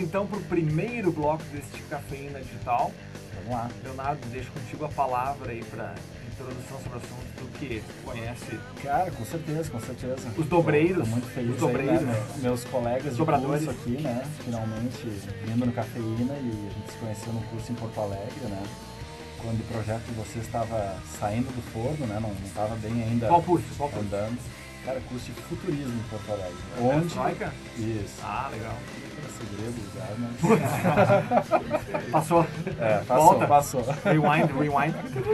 então para o primeiro bloco deste Cafeína Digital. Vamos lá. Leonardo, deixo contigo a palavra aí para introdução sobre o assunto do que conhece. Cara, com certeza, com certeza. Os dobreiros. Tô muito feliz os dobreiros. aí, né? Meus colegas de Dobradores. curso aqui, né? Finalmente vindo no Cafeína e a gente se conheceu no curso em Porto Alegre, né? Quando o projeto de vocês estava saindo do forno, né? Não estava bem ainda Qual curso? andando. Cara, curso de futurismo em Porto Alegre. Onde? Troika? Isso. Ah, legal. Era segredo do lugar, mas... Passou. Passou. Rewind.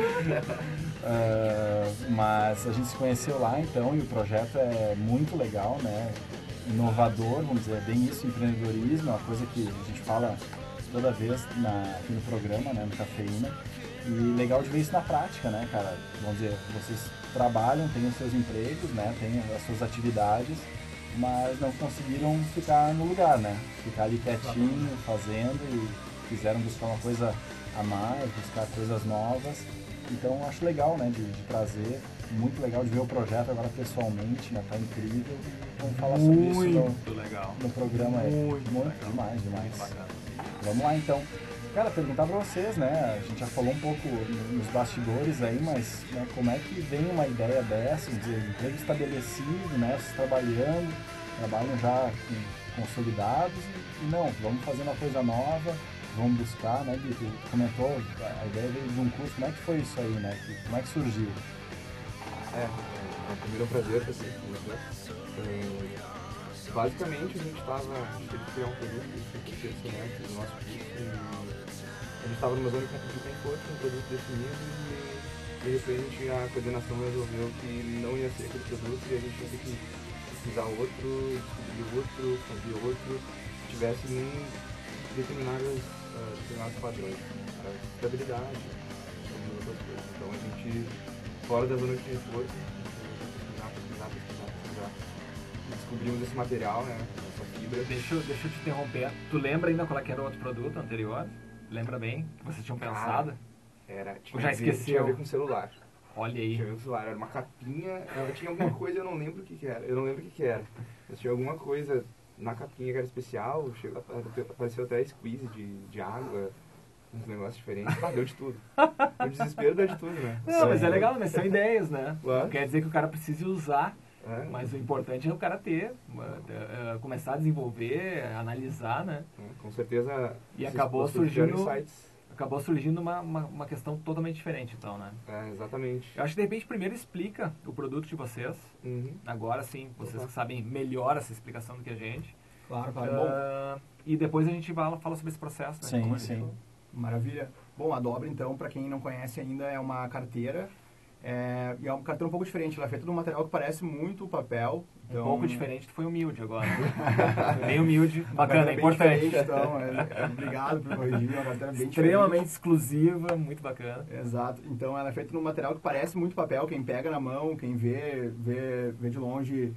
Mas a gente se conheceu lá então e o projeto é muito legal, né? Inovador, vamos dizer, bem isso, empreendedorismo, é uma coisa que a gente fala toda vez aqui no programa, né, no Cafeína. E legal de ver isso na prática, né, cara? Vamos dizer, vocês trabalham, têm os seus empregos, né, têm as suas atividades, mas não conseguiram ficar no lugar, né? Ficar ali quietinho, fazendo e quiseram buscar uma coisa a mais, buscar coisas novas. Então acho legal, né, de trazer, muito legal de ver o projeto agora pessoalmente, né, tá incrível. Vamos falar sobre isso no programa aí. Muito legal. Demais. Bacana. Vamos lá então. Cara, perguntar pra vocês, né, a gente já falou um pouco nos bastidores aí, mas né, como é que vem uma ideia dessa, de emprego estabelecido, né, vocês trabalham já consolidados e não, vamos fazer uma coisa nova. Vamos buscar, né, Gui? Tu comentou, a ideia veio de um curso, como é que foi isso aí, né? Como é que surgiu? Primeiro é um prazer estar aqui com vocês. Basicamente, a gente teve que criar um produto do nosso curso, e a gente estava numa zona de conforto com um produto definido e de repente a coordenação resolveu que não ia ser aquele produto e a gente ia ter que pesquisar outro, descobrir outro, fazer outro, que tivesse determinados padrões, estabilidade, outras coisas. Então a gente, fora da zona de conforto, pesquisar. E descobrimos esse material, né? Essa fibra. Deixa eu te interromper. Tu lembra ainda qual é que era o outro produto anterior? Lembra bem? Que vocês tinham pensado? Tinha já a esqueceu? ver com celular. Olha aí. Tinha a ver com celular, era uma capinha, tinha alguma coisa, eu não lembro o que era. Mas tinha alguma coisa na capinha que era especial, apareceu até squeeze de água, uns negócios diferentes. Deu de tudo. O desespero deu de tudo, né? Não, mas é legal, mas são ideias, né? Claro. Não quer dizer que o cara precise usar, mas o importante é o cara começar a desenvolver, analisar, né? Com certeza. E acabou surgindo uma questão totalmente diferente, então, né? Exatamente. Eu acho que de repente primeiro explica o produto de vocês. Agora sim, vocês que sabem melhor essa explicação do que a gente. Claro. E depois a gente fala sobre esse processo, né? Sim. Maravilha. Bom, a Dobra, então, para quem não conhece ainda, é uma carteira. E é uma carteira um pouco diferente. Ela é feita de um material que parece muito papel. Então... Um pouco diferente, tu foi humilde agora. Bem humilde, bacana, é importante. Então, obrigado por corrigir, uma carteira bem extremamente exclusiva, muito bacana. Exato. Então ela é feita num material que parece muito papel. Quem pega na mão, quem vê de longe,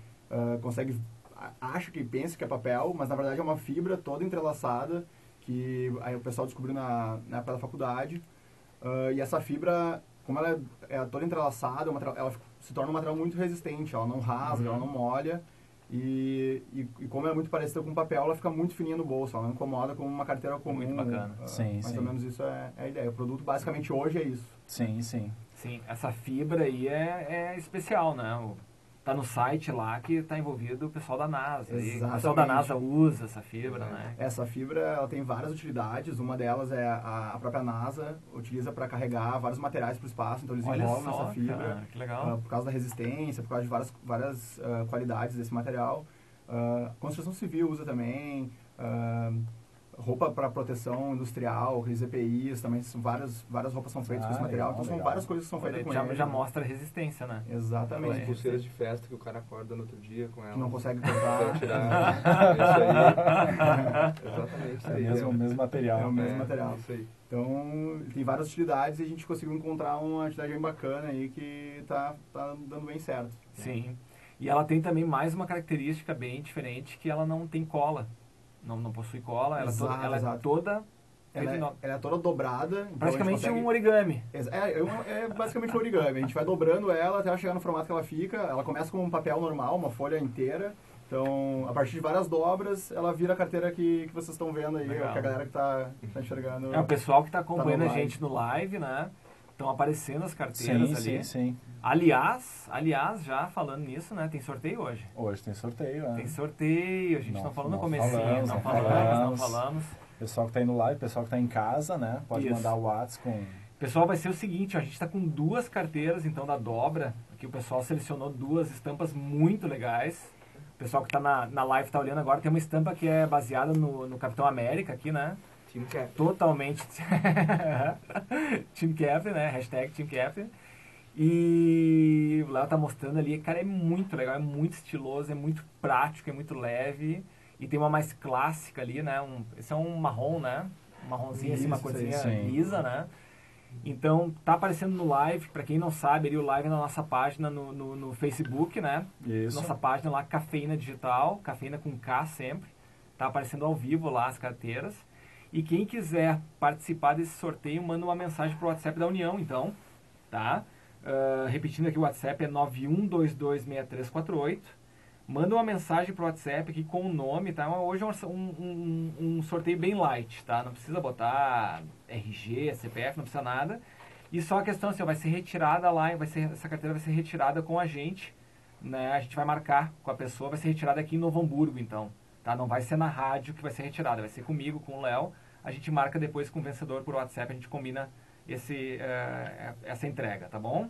acha que pensa que é papel, mas na verdade é uma fibra toda entrelaçada que aí o pessoal descobriu na época da faculdade. E essa fibra, como ela é toda entrelaçada, ela se torna um material muito resistente, ela não rasga, ela não molha, e como é muito parecida com papel, ela fica muito fininha no bolso, ela não incomoda como uma carteira comum. Muito bacana. Mais ou menos isso é a ideia. O produto basicamente hoje é isso. Sim, essa fibra aí é especial, né? Tá no site lá que tá envolvido o pessoal da NASA. E o pessoal da NASA usa essa fibra, né? Essa fibra, ela tem várias utilidades. Uma delas é a própria NASA utiliza para carregar vários materiais para o espaço. Então eles enrolam essa fibra. Cara, que legal. Por causa da resistência, por causa de várias qualidades desse material. Construção civil usa também. Roupa para proteção industrial, aqueles EPIs, também várias roupas são feitas com esse material. Então são várias coisas que são feitas com ele. Já mostra resistência, né? Exatamente. As pulseiras de festa que o cara acorda no outro dia com ela. Que não consegue cortar. Tirar. Isso aí. Exatamente. Isso aí. É o mesmo material. É o mesmo material. Isso aí. Então, tem várias utilidades e a gente conseguiu encontrar uma utilidade bem bacana aí que tá dando bem certo. Sim. E ela tem também mais uma característica bem diferente, que ela não tem cola. Não possui cola, ela é toda... Ela é toda dobrada. Então praticamente um origami. É basicamente um origami. A gente vai dobrando ela até ela chegar no formato que ela fica. Ela começa com um papel normal, uma folha inteira. Então, a partir de várias dobras, ela vira a carteira que vocês estão vendo aí, Legal. que a galera que tá enxergando. O pessoal que está acompanhando no a live. gente no live, né? Estão aparecendo as carteiras Sim, ali. sim. Aliás, já falando nisso, né? Tem sorteio hoje. Hoje tem sorteio, né? Tem sorteio, a gente não falou no comecinho, falamos, não falamos. falamos. Pessoal que tá aí no live, pessoal que tá em casa, né? Pode Isso. mandar o WhatsApp com... Pessoal, vai ser o seguinte, ó, a gente está com 2 carteiras, então, da dobra. Aqui o pessoal selecionou 2 estampas muito legais. O pessoal que está na live está olhando agora, tem uma estampa que é baseada no Capitão América aqui, né? Team Cap. Totalmente Team Captain, né? Hashtag Team Captain. E o Léo tá mostrando ali, cara, é muito legal, é muito estiloso, é muito prático, é muito leve. E tem uma mais clássica ali, né? Esse é um marrom, né? Um marronzinho assim, uma Isso, corzinha sim. lisa, né? Então, tá aparecendo no live, pra quem não sabe, ali o live é na nossa página no Facebook, né? Isso. Nossa página lá, Cafeína Digital, Cafeína com K sempre. Tá aparecendo ao vivo lá as carteiras. E quem quiser participar desse sorteio, manda uma mensagem pro WhatsApp da União, então, tá? Repetindo aqui, o WhatsApp é 91226348. Manda uma mensagem pro WhatsApp aqui com o nome, tá? Hoje é um sorteio bem light, tá? Não precisa botar RG, CPF, não precisa nada. E só a questão assim, vai ser retirada lá, essa carteira vai ser retirada com a gente, né? A gente vai marcar com a pessoa, vai ser retirada aqui em Novo Hamburgo, então, tá? Não vai ser na rádio que vai ser retirada, vai ser comigo, com o Léo. A gente marca depois com o vencedor por WhatsApp, a gente combina essa entrega, tá bom?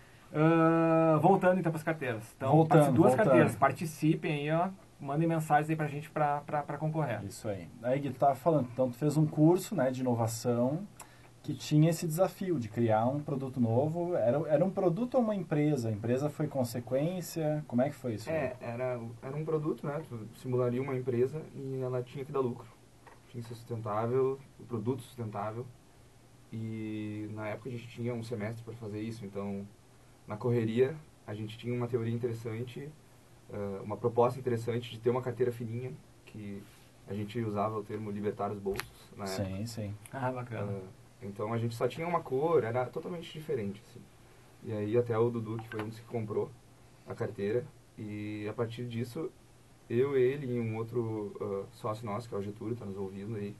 Voltando então para as carteiras. Então, Voltando. carteiras, participem aí, ó. Mandem mensagens aí pra gente pra concorrer. Isso aí. Aí, Gui, tu tava falando, então tu fez um curso, né, de inovação que tinha esse desafio de criar um produto novo. Era um produto ou uma empresa? A empresa foi consequência? Como é que foi isso? Era um produto, né? Tu simularia uma empresa e ela tinha que dar lucro. Tinha que ser sustentável, o produto sustentável. E na época a gente tinha um semestre para fazer isso, então na correria a gente tinha uma teoria interessante, uma proposta interessante de ter uma carteira fininha, que a gente usava o termo libertar os bolsos na época. Sim. Ah, bacana. Então a gente só tinha uma cor, era totalmente diferente, assim. E aí até o Dudu, que foi um dos que comprou a carteira, e a partir disso, ele e um outro sócio nosso, que é o Getúlio, está nos ouvindo aí,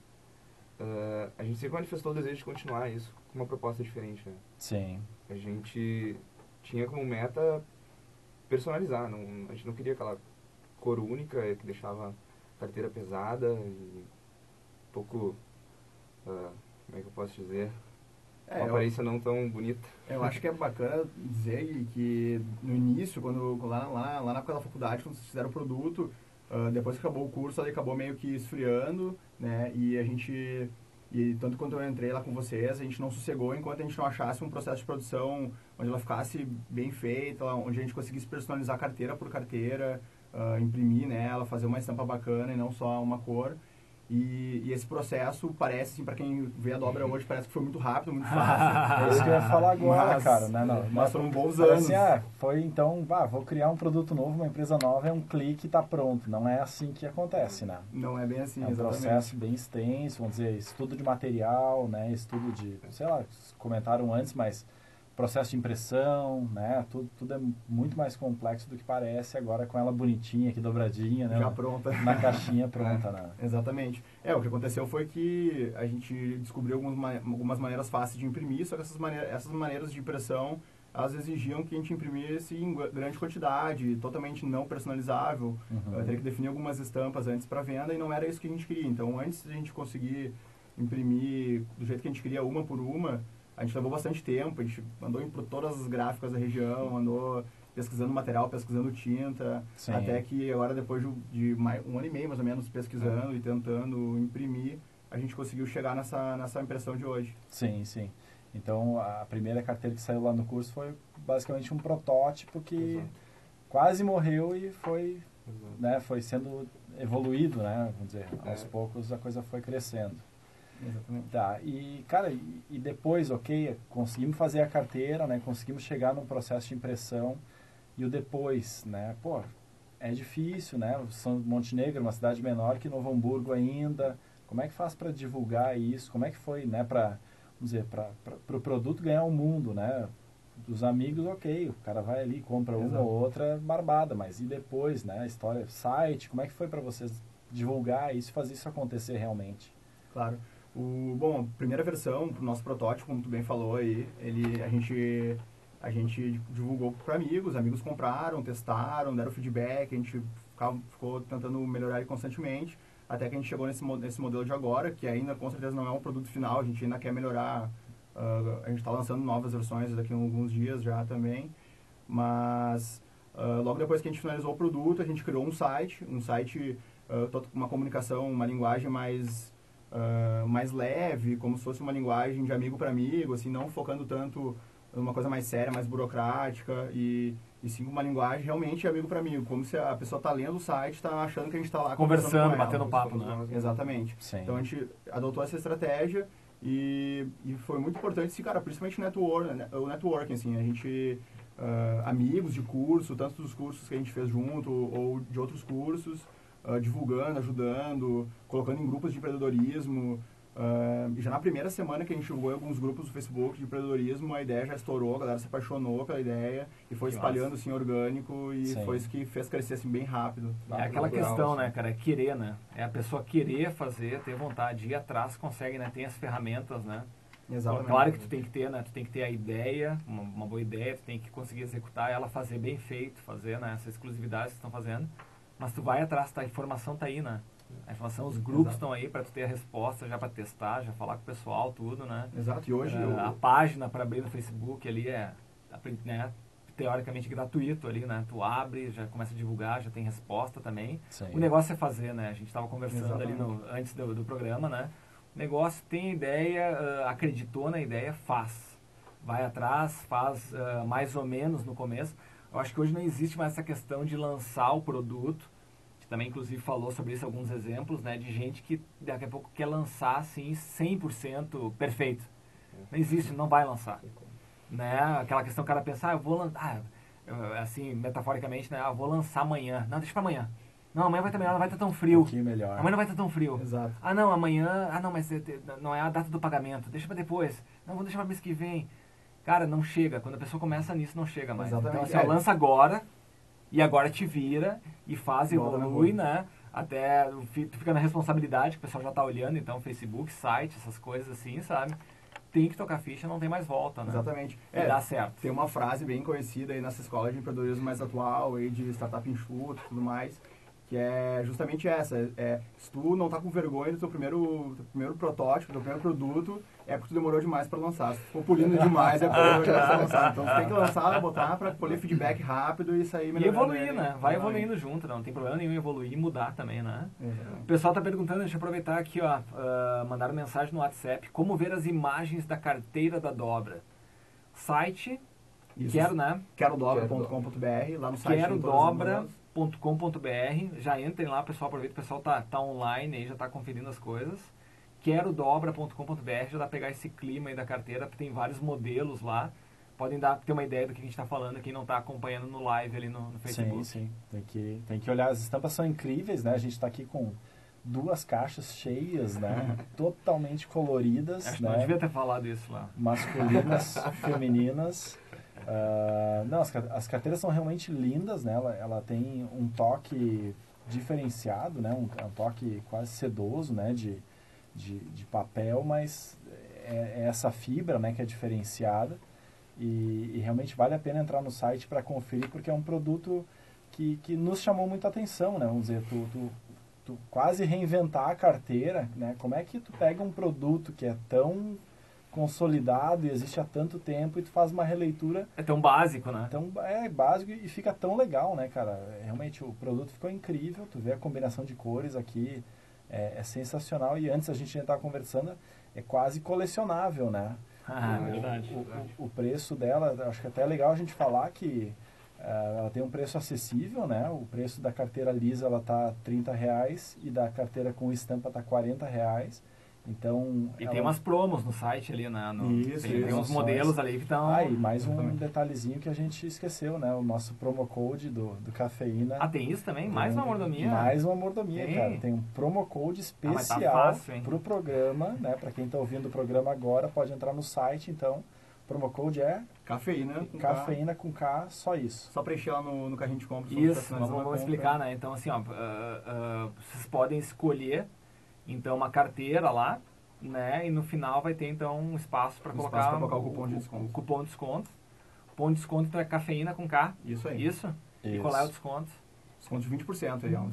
a gente sempre manifestou o desejo de continuar isso com uma proposta diferente, né? Sim. A gente tinha como meta personalizar, a gente não queria aquela cor única que deixava a carteira pesada e um pouco, como é que eu posso dizer, uma aparência não tão bonita. Eu acho que é bacana dizer que no início, lá na época da faculdade, quando vocês fizeram o produto, depois que acabou o curso, ele acabou meio que esfriando, né? E tanto quando eu entrei lá com vocês, a gente não sossegou enquanto a gente não achasse um processo de produção onde ela ficasse bem feita, onde a gente conseguisse personalizar carteira por carteira, imprimir nela, fazer uma estampa bacana e não só uma cor. E esse processo parece, assim, para quem vê a dobra hoje, parece que foi muito rápido, muito fácil. É isso que eu ia falar agora, Mas, cara. Não, mas foram bons anos. Assim, foi então, vou criar um produto novo, uma empresa nova, é um clique e tá pronto. Não é assim que acontece, né? Não é bem assim, é um exatamente. processo bem extenso, vamos dizer, estudo de material, né? Estudo de, sei lá, comentaram antes, mas processo de impressão, né? Tudo é muito mais complexo do que parece agora com ela bonitinha aqui, dobradinha, né? Já pronta. Na caixinha pronta, né? Exatamente. O que aconteceu foi que a gente descobriu algumas maneiras fáceis de imprimir, só que essas maneiras de impressão, elas exigiam que a gente imprimisse em grande quantidade, totalmente não personalizável. Teria que definir algumas estampas antes para venda e não era isso que a gente queria. Então, antes de a gente conseguir imprimir do jeito que a gente queria, uma por uma, a gente levou bastante tempo, a gente andou por todas as gráficas da região, andou pesquisando material, pesquisando tinta, Sim. até que agora, depois de um ano e meio, mais ou menos, pesquisando e tentando imprimir, a gente conseguiu chegar nessa impressão de hoje. Sim. Então, a primeira carteira que saiu lá no curso foi basicamente um protótipo que Exato. quase morreu e foi, né, foi sendo evoluído, né? Vamos dizer, aos poucos a coisa foi crescendo. Exatamente. Tá, e cara, e depois, conseguimos fazer a carteira, né? Conseguimos chegar num processo de impressão e o depois, né? Pô, é difícil, né? São Montenegro, uma cidade menor que Novo Hamburgo ainda. Como é que faz para divulgar isso? Como é que foi, né? Para o produto ganhar o mundo, né? dos amigos, ok, o cara vai ali, compra uma ou outra barbada, mas e depois, né? A história, site, como é que foi para vocês divulgar isso, fazer isso acontecer realmente? Claro. Bom, a primeira versão, o nosso protótipo, como tu bem falou aí, a gente divulgou para amigos compraram, testaram, deram feedback, a gente ficou tentando melhorar ele constantemente, até que a gente chegou nesse modelo de agora, que ainda com certeza não é um produto final, a gente ainda quer melhorar, a gente está lançando novas versões daqui a alguns dias já também, mas logo depois que a gente finalizou o produto, a gente criou um site, uma comunicação, uma linguagem mais leve, como se fosse uma linguagem de amigo para amigo, assim, não focando tanto numa coisa mais séria, mais burocrática, e sim uma linguagem realmente amigo para amigo, como se a pessoa está lendo o site, está achando que a gente está lá conversando, com batendo ela. papo, né? Exatamente. Sim. Então a gente adotou essa estratégia e foi muito importante, assim, cara, principalmente o networking, assim, a gente, amigos de curso, tanto dos cursos que a gente fez junto ou de outros cursos, divulgando, ajudando, colocando em grupos de empreendedorismo. E já na primeira semana que a gente divulgou em alguns grupos do Facebook de empreendedorismo, a ideia já estourou, a galera se apaixonou pela ideia e foi espalhando assim orgânico e Sim. foi isso que fez crescer assim bem rápido. É aquela questão, né, cara, é querer, né? É a pessoa querer fazer, ter vontade, ir atrás, consegue, né? Tem as ferramentas, né? Exatamente. Claro que tu tem que ter, né? Tu tem que ter a ideia, uma boa ideia, tu tem que conseguir executar ela, fazer bem feito, fazer, né? Essa exclusividade que estão fazendo. Mas tu vai atrás, tá? A informação tá aí, né? A informação, os grupos estão aí para tu ter a resposta, já para testar, já falar com o pessoal, tudo, né? Exato, e hoje... A página para abrir no Facebook ali né, teoricamente gratuito ali, né? Tu abre, já começa a divulgar, já tem resposta também. Sim. O negócio é fazer, né? A gente estava conversando ali antes do programa, né? O negócio tem ideia, acreditou na ideia, faz. Vai atrás, faz mais ou menos no começo. Eu acho que hoje não existe mais essa questão de lançar o produto. A gente também, inclusive, falou sobre isso, alguns exemplos, né? De gente que daqui a pouco quer lançar, assim, 100% perfeito. Não existe, não vai lançar. Né? Aquela questão que o cara pensa, eu vou lançar, assim, metaforicamente, né? Vou lançar amanhã. Não, deixa pra amanhã. Não, amanhã vai estar melhor, não vai estar tão frio. Um pouquinho melhor. Amanhã não vai estar tão frio. Exato. Não, amanhã... não, mas não é a data do pagamento. Deixa pra depois. Não, vou deixar pra mês que vem. Cara, não chega. Quando a pessoa começa nisso, não chega mais. Exatamente. Então, assim, lança agora, e agora te vira, e faz, evolui, né? Até tu fica na responsabilidade, que o pessoal já tá olhando, então, Facebook, site, essas coisas assim, sabe? Tem que tocar ficha, não tem mais volta, né? Exatamente. E dá certo. Tem uma frase bem conhecida aí nessa escola de empreendedorismo mais atual, aí de startup enxuto e tudo mais, que é justamente essa. Se tu não tá com vergonha do teu primeiro protótipo, do teu primeiro produto, é porque tu demorou demais para lançar. Se tu for polindo demais, é porque demorou demais para lançar. Então tu tem que lançar, botar para colher feedback rápido e sair melhorando. E evoluir, né? Vai evoluindo junto, não tem problema nenhum evoluir e mudar também, né? O pessoal tá perguntando, deixa eu aproveitar aqui, ó, mandaram mensagem no WhatsApp, como ver as imagens da carteira da dobra. Site, né? Querodobra.com.br, lá no site Querodobra.com.br, já entrem lá, pessoal, aproveita, o pessoal tá online aí, já tá conferindo as coisas. Querodobra.com.br, já dá pra pegar esse clima aí da carteira, tem vários modelos lá. Podem ter uma ideia do que a gente está falando, quem não está acompanhando no live ali no Facebook. Sim. Tem que olhar, as estampas são incríveis, né? A gente está aqui com 2 caixas cheias, né? Totalmente coloridas. Acho que né? não devia ter falado isso lá. Masculinas, femininas. Não, as carteiras são realmente lindas, né? Ela tem um toque diferenciado, né? Um toque quase sedoso, né? De papel, mas é essa fibra, né? Que é diferenciada. E realmente vale a pena entrar no site para conferir, porque é um produto que nos chamou muita atenção, né? Vamos dizer, tu quase reinventar a carteira, né? Como é que tu pega um produto que é tão consolidado e existe há tanto tempo e tu faz uma releitura... É tão básico, né? É básico e fica tão legal, né, cara? Realmente o produto ficou incrível, tu vê a combinação de cores aqui, é sensacional. E antes a gente já estava conversando, é quase colecionável, né? Verdade. O preço dela, acho que até é legal a gente falar que ela tem um preço acessível, né? O preço da carteira lisa ela tá R$30 e da carteira com estampa tá R$40. Então, e tem umas promos no site ali, né? Tem uns modelos ali que estão... e mais um detalhezinho que a gente esqueceu, né? O nosso promo code do Cafeína. Tem isso também? Mais uma mordomia? Mais uma mordomia, cara. Tem um promo code especial pro programa, né? Para quem tá ouvindo o programa agora, pode entrar no site, então, Promo code é Cafeína. cafeína com K, só isso. Só preencher lá no carrinho de compras. Isso, vamos explicar, né? Então, assim, ó, vocês podem escolher, então, uma carteira lá, né? E no final vai ter, então, um espaço para colocar o cupom de desconto. O cupom de desconto. O cupom de desconto, então, é cafeína com K. Isso aí. Isso? E qual é o desconto? Desconto de 20% aí, ó.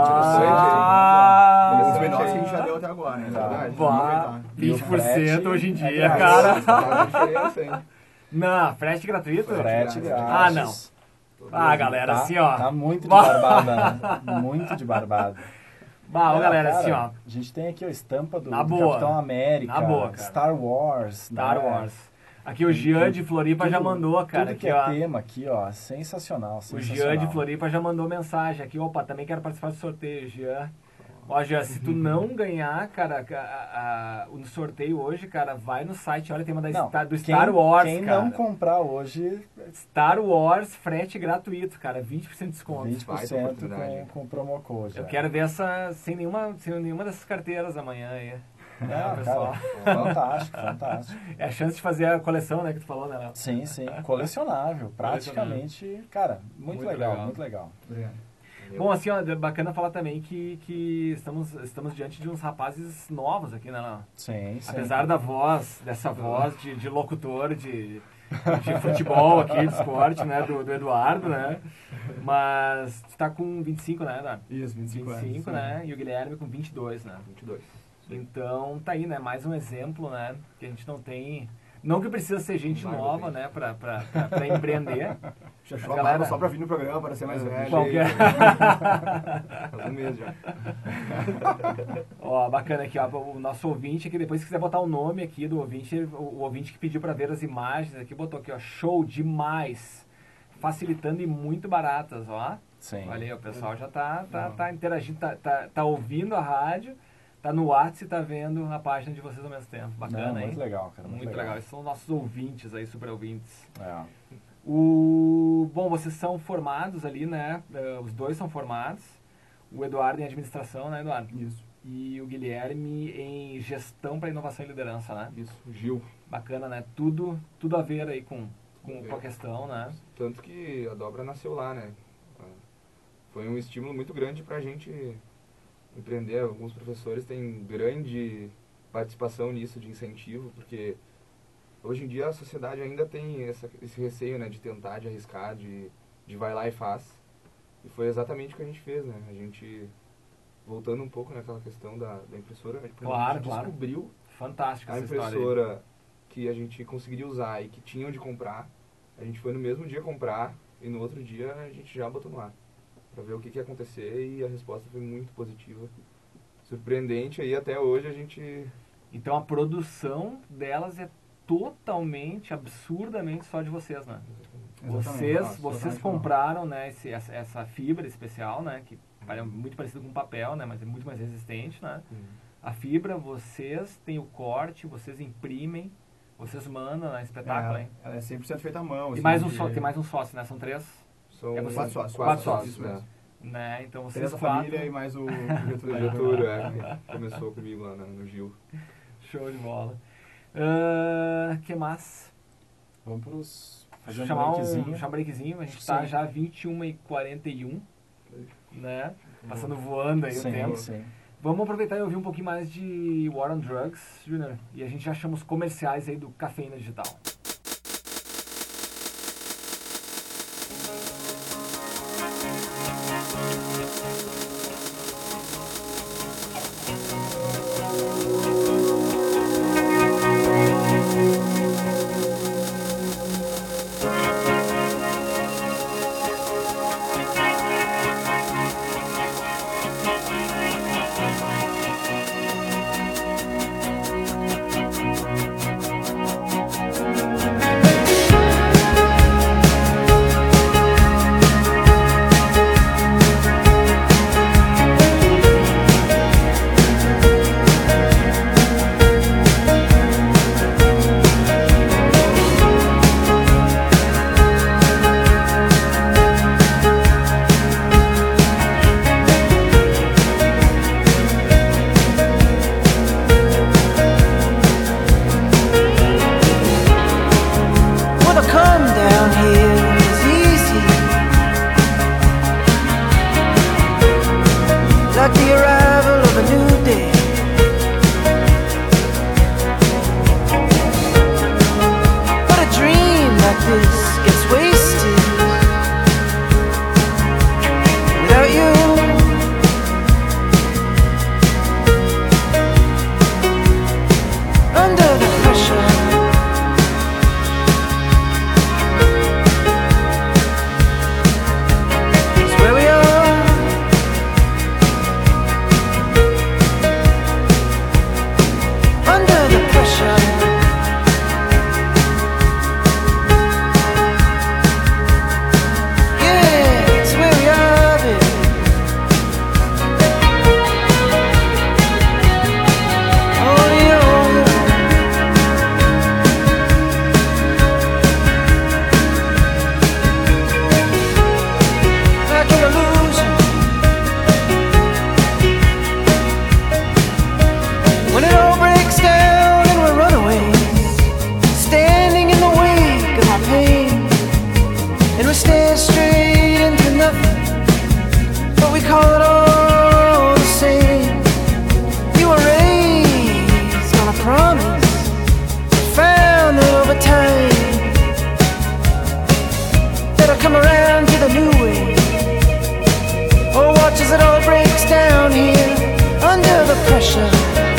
Os menores que a gente já deu até agora, né? Bah, 20% hoje em dia, grátis. cara. Faz a diferença, hein? Não, frete gratuito? Frete grátis. Ah, não. Ah, galera, Tá, assim, ó. tá muito de barbada, né? Muito de barbada. Bah, ó, galera, cara, assim, ó. A gente tem aqui a estampa do Na boa. Capitão América, Na boa, cara. Star Wars. Star né? Wars. Aqui o Jean de Floripa já mandou, cara. Tudo que Aqui, é ó. tema aqui, ó, sensacional, O sensacional. Jean de Floripa já mandou mensagem aqui. Opa, também quero participar do sorteio, Jean. Ó, Jean, se tu não ganhar, cara, no sorteio hoje, cara, vai no site, olha, tem uma do Star Wars, quem cara. não comprar hoje, Star Wars, frete gratuito, cara, 20% de desconto. 20% com promo code. Eu quero ver essa sem nenhuma dessas carteiras amanhã aí. Não, pessoal. cara, fantástico, fantástico. É a chance de fazer a coleção, né, que tu falou, né, Léo? Sim, sim, colecionável, praticamente, cara, muito legal, muito legal. Obrigado. Bom, assim, ó, é bacana falar também que estamos diante de uns rapazes novos aqui, né, Léo? Sim, sim. Apesar dessa voz de locutor, de futebol aqui, de esporte, né, do Eduardo, né? Mas tu tá com 25, né, Eduardo? Isso, 25 25, né? E o Guilherme com 22, né? 22. Então, tá aí, né? Mais um exemplo, né? Que a gente não tem... Não que precisa ser gente nova, né? Pra empreender. Já Mas, chamou galera, só pra vir no programa, para ser mais velho. Qualquer... Faz um mês já. Ó, bacana aqui, ó. O nosso ouvinte aqui, depois se quiser botar o nome aqui do ouvinte, o ouvinte que pediu pra ver as imagens aqui, botou aqui, ó. Show demais. Facilitando e muito baratas, ó. Sim. Olha aí, o pessoal já tá interagindo, tá ouvindo a rádio, tá no WhatsApp e tá vendo a página de vocês ao mesmo tempo. Bacana, Não, hein? muito legal, cara. Muito legal. Esses são nossos ouvintes aí, super ouvintes. É. Bom, vocês são formados ali, né? Os dois são formados. O Eduardo em administração, né, Eduardo? Isso. E o Guilherme em gestão para inovação e liderança, né? Isso, Gil. Bacana, né? Tudo a ver aí com a questão, né? Tanto que a Dobra nasceu lá, né? Foi um estímulo muito grande pra gente empreender. Alguns professores têm grande participação nisso, de incentivo, porque hoje em dia a sociedade ainda tem esse receio, né, de tentar, de arriscar, de vai lá e faz. E foi exatamente o que a gente fez, né? A gente, voltando um pouco naquela questão da impressora, a gente descobriu Fantástica a essa história aí. impressora que a gente conseguiria usar e que tinha onde comprar. A gente foi no mesmo dia comprar e no outro dia a gente já botou no ar para ver o que ia acontecer, e a resposta foi muito positiva, surpreendente. Aí até hoje a gente... Então a produção delas é totalmente, absurdamente só de vocês, né? Vocês compraram, né, essa fibra especial, né, que é muito parecido com papel, né, mas é muito mais resistente, né? A fibra, vocês têm o corte, vocês imprimem, vocês mandam, né? Espetáculo, hein? Ela é 100% feita à mão. E assim, mais tem mais um sócio, né? São 3? São quatro sócios, né? Então vocês 3 da família e mais o O Getúlio, que começou comigo lá no Gil. Show de bola. Que mais? Vamos fazer um chamar breakzinho. um breakzinho. A gente tá já 21h41, né? Passando voando aí o tempo. Sim. Vamos aproveitar e ouvir um pouquinho mais de War on Drugs, Junior. E a gente já chama os comerciais aí do Cafeína Digital. pressure.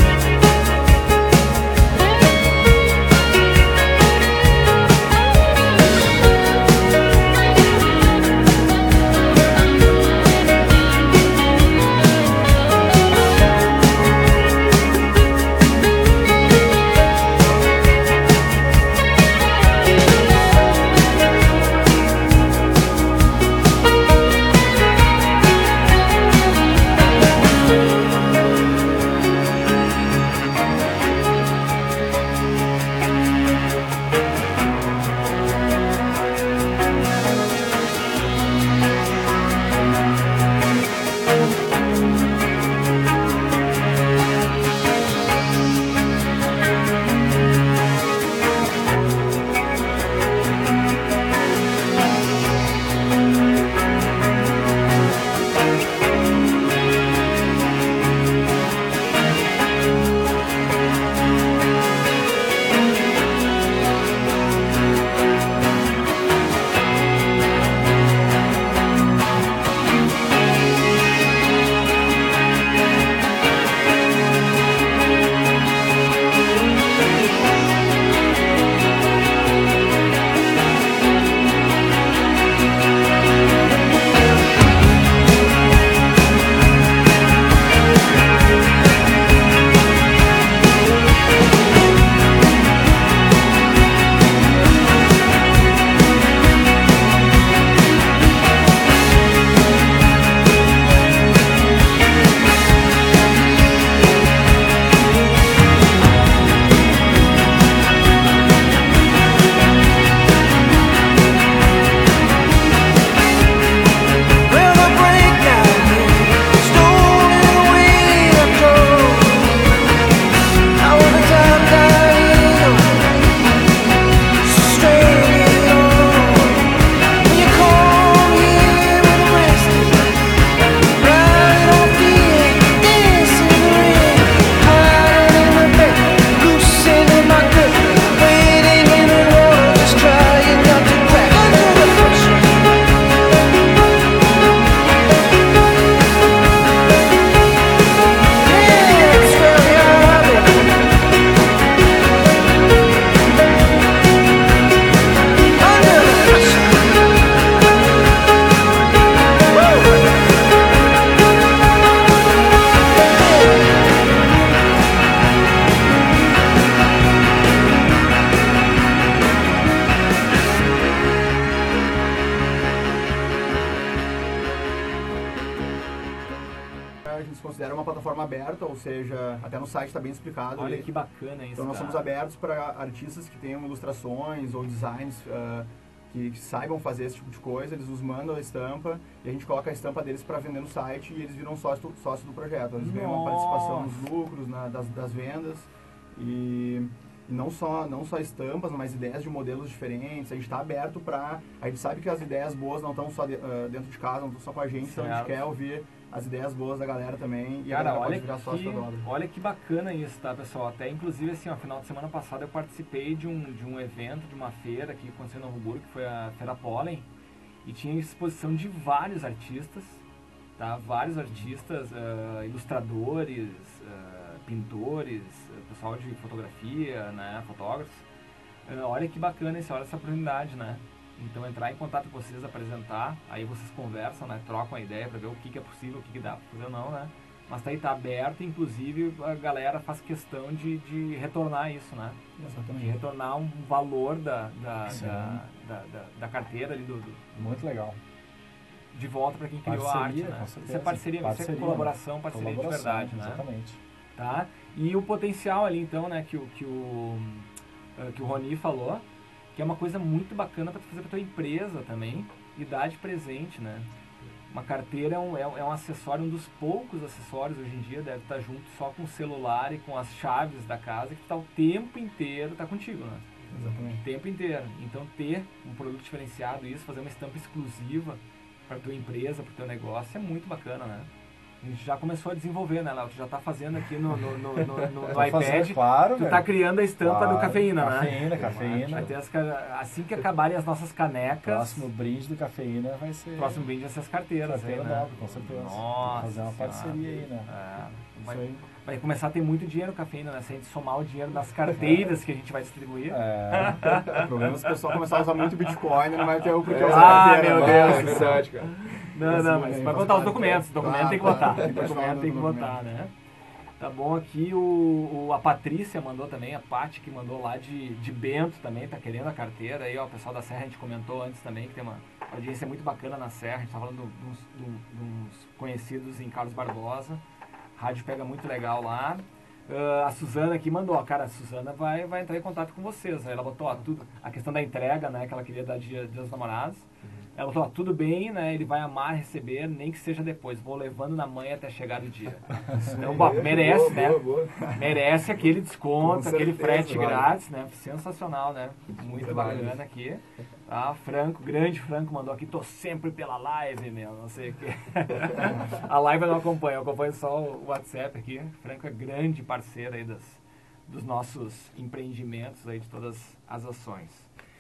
considera uma plataforma aberta, ou seja, até no site está bem explicado. Olha ali. que bacana isso. Então nós somos abertos para artistas que tenham ilustrações ou designs que saibam fazer esse tipo de coisa. Eles nos mandam a estampa e a gente coloca a estampa deles para vender no site e eles viram sócio do projeto. Eles ganham uma participação nos lucros, das vendas e não só estampas, mas ideias de modelos diferentes. A gente está aberto para... A gente sabe que as ideias boas não estão só dentro de casa, não estão só com a gente, então a gente quer ouvir as ideias boas da galera também e cara, a galera pode virar sócio da obra. Olha que bacana isso, tá, pessoal? Até, inclusive, assim, ó, final de semana passada eu participei de um evento, de uma feira aqui que aconteceu em Novo Hamburgo, que foi a Feira Pollen, e tinha exposição de vários artistas, tá? Vários artistas, ilustradores, pintores, pessoal de fotografia, né, fotógrafos. Olha que bacana isso, olha essa oportunidade, né? Então entrar em contato com vocês, apresentar, aí vocês conversam, né, trocam a ideia para ver o que é possível, o que dá para fazer ou não, né? Mas tá aí, tá aberto, inclusive a galera faz questão de retornar isso, né? Exatamente. De retornar um valor da carteira ali Muito legal. de volta para quem criou a arte, né? Isso é parceria, isso é colaboração, parceria de verdade, né? Exatamente. Tá? E o potencial ali, então, né, que o Roni falou, que é uma coisa muito bacana para fazer para tua empresa também e dar de presente, né? Uma carteira é um acessório, um dos poucos acessórios hoje em dia, deve estar junto só com o celular e com as chaves da casa, que está o tempo inteiro, tá contigo, né? Exatamente. O tempo inteiro. Então ter um produto diferenciado, isso, fazer uma estampa exclusiva para tua empresa, para o teu negócio, é muito bacana, né? A gente já começou a desenvolver, né, Léo? Tu já tá fazendo aqui no Tô iPad. fazendo, claro, Tu velho. tá criando a estampa Claro, do Cafeína, cafeína, né? cafeína. Vai ter assim que acabarem as nossas canecas, Próximo brinde do Cafeína vai ser... próximo brinde vai ser as carteiras aí, Carteira né? nova, com certeza. Tem Nossa que fazer uma Senhora. parceria aí, né? É, Isso aí. vai começar a ter muito dinheiro Cafeína, né? Se a gente somar o dinheiro das carteiras que a gente vai distribuir. O problema é se o pessoal começar a usar muito Bitcoin, não vai ter o porquê usar Ah, carteira, meu né? Deus É verdade, cara. Não, mas vai botar os documentos. Documento tem que botar. Claro, Documento tem que botar, né? Tá bom, aqui a Patrícia mandou também, a Paty que mandou lá de Bento também, tá querendo a carteira. Aí, ó, o pessoal da Serra a gente comentou antes também, que tem uma audiência muito bacana na Serra. A gente tá falando de uns conhecidos em Carlos Barbosa. A rádio pega muito legal lá. A Suzana aqui mandou, ó, cara, a Suzana vai entrar em contato com vocês. Aí ela botou, ó, tudo, a questão da entrega, né, que ela queria dar dia dos namorados. Ela falou, ó, tudo bem, né? Ele vai amar receber, nem que seja depois. Vou levando na manhã até chegar o dia. Então, bom, merece, né? Boa. Merece aquele desconto, Com aquele certeza, frete vale. grátis, né? Sensacional, né? Muito Vale. bacana aqui. Tá, Franco, grande Franco mandou aqui, tô sempre pela live, meu, não sei o quê. A live eu não acompanho, eu acompanho só o WhatsApp aqui. Franco é grande parceiro aí dos nossos empreendimentos aí, de todas as ações.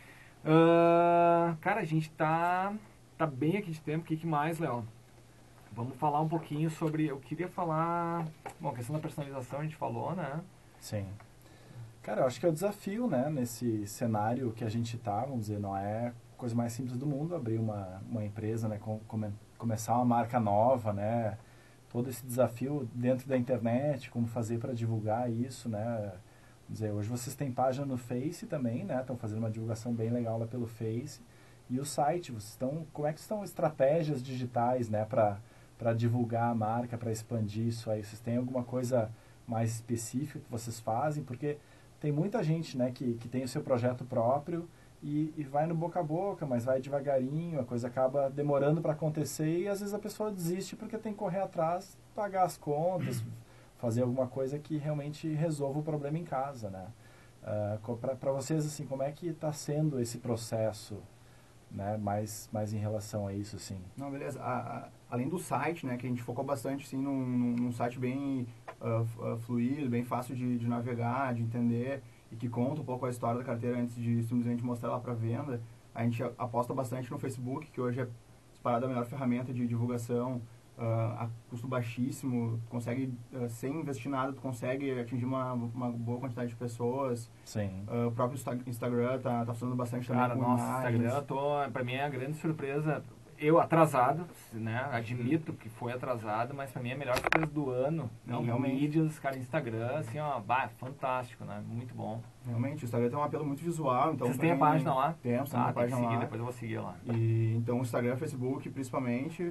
Cara, a gente tá bem aqui de tempo. O que mais, Léo? Vamos falar um pouquinho sobre... Eu queria falar... Bom, a questão da personalização a gente falou, né? Sim. Cara, eu acho que é o desafio, né? Nesse cenário que a gente tá, vamos dizer, não é a coisa mais simples do mundo abrir uma empresa, né? Começar uma marca nova, né? Todo esse desafio dentro da internet, como fazer para divulgar isso, né? Vamos dizer, hoje vocês têm página no Face também, né? Estão fazendo uma divulgação bem legal lá pelo Face. E o site, como é que estão estratégias digitais, né? Para divulgar a marca, para expandir isso aí? Vocês têm alguma coisa mais específica que vocês fazem? Porque tem muita gente, né, que tem o seu projeto próprio e vai no boca a boca, mas vai devagarinho, a coisa acaba demorando para acontecer e às vezes a pessoa desiste porque tem que correr atrás, pagar as contas, fazer alguma coisa que realmente resolva o problema em casa, né? Para vocês, assim, como é que está sendo esse processo, né, mais em relação a isso, assim? Não, beleza. Além do site, né, que a gente focou bastante, assim, num site bem fluido, bem fácil de navegar, de entender, e que conta um pouco a história da carteira antes de simplesmente mostrar ela para venda, a gente aposta bastante no Facebook, que hoje é disparada a melhor ferramenta de divulgação, a custo baixíssimo, consegue, sem investir nada, tu consegue atingir uma boa quantidade de pessoas. Sim. O próprio Instagram tá funcionando bastante também. Cara, com nossa, imagens. Instagram, pra mim é a grande surpresa. Eu atrasado, né? Admito que foi atrasado, mas pra mim é a melhor surpresa do ano. Não, em realmente. mídias, cara, Instagram, assim, ó, fantástico, né? Muito bom. Realmente, o Instagram tem um apelo muito visual, então... Vocês têm a página lá? Temos, Tá, a tem que página seguir, lá. depois eu vou seguir lá. E, então, Instagram, Facebook, principalmente.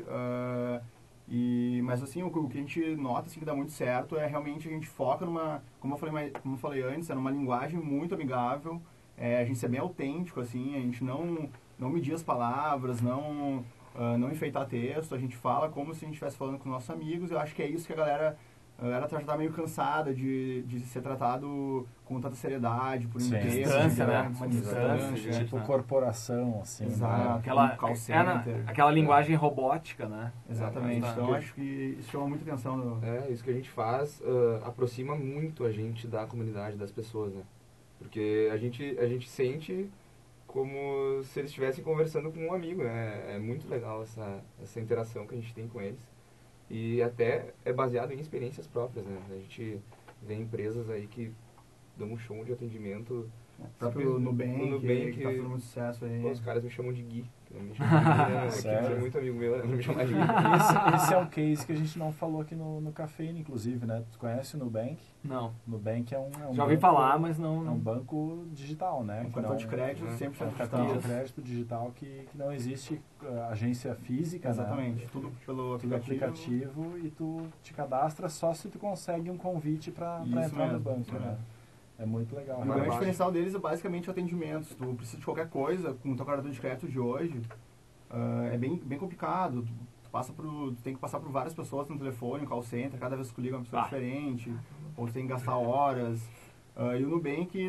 Mas, assim, o que a gente nota, assim, que dá muito certo é realmente a gente foca numa... Como eu falei antes, é numa linguagem muito amigável. A gente ser bem autêntico, assim, a gente não medir as palavras, não enfeitar texto, a gente fala como se a gente estivesse falando com nossos amigos. Eu acho que é isso que a galera já tá meio cansada de ser tratado com tanta seriedade, por Sim. empresas Distância, né? gigantes, Uma com distância, Tipo né? corporação, assim. Exato. Né? Aquela, Um call center. aquela linguagem robótica, né? Exatamente. Tá. Então, acho que isso chama muita atenção. Isso que a gente faz aproxima muito a gente da comunidade, das pessoas, né? Porque a gente sente como se eles estivessem conversando com um amigo, né? É muito legal essa interação que a gente tem com eles. E até é baseado em experiências próprias, né? A gente vê empresas aí que dão um show de atendimento. O próprio Nubank, que tá fazendo muito sucesso aí. Pô, os caras me chamam de Gui. Não me chamam de Gui, né? Sério? Você é muito amigo meu, não me chama de Gui. Esse é um case que a gente não falou aqui no Cafeína, inclusive, né? Tu conhece o Nubank? Não. Nubank é um Já ouvi banco- falar, mas não... É um banco digital, né? Um Que cartão não- de crédito né? 100% É um cartão de digital. crédito digital que não existe agência física, né? Exatamente. Tudo pelo Tudo aplicativo. aplicativo e tu te cadastra só se tu consegue um convite para Isso entrar no mesmo, banco, isso né? mesmo. É muito legal. O Mas grande baixo. diferencial deles é basicamente o atendimento. Se tu precisa de qualquer coisa com o teu cartão de crédito de hoje, é bem complicado. Tu tem que passar por várias pessoas no telefone, no call center, cada vez que tu liga uma pessoa diferente, ou tu tem que gastar horas. E o Nubank,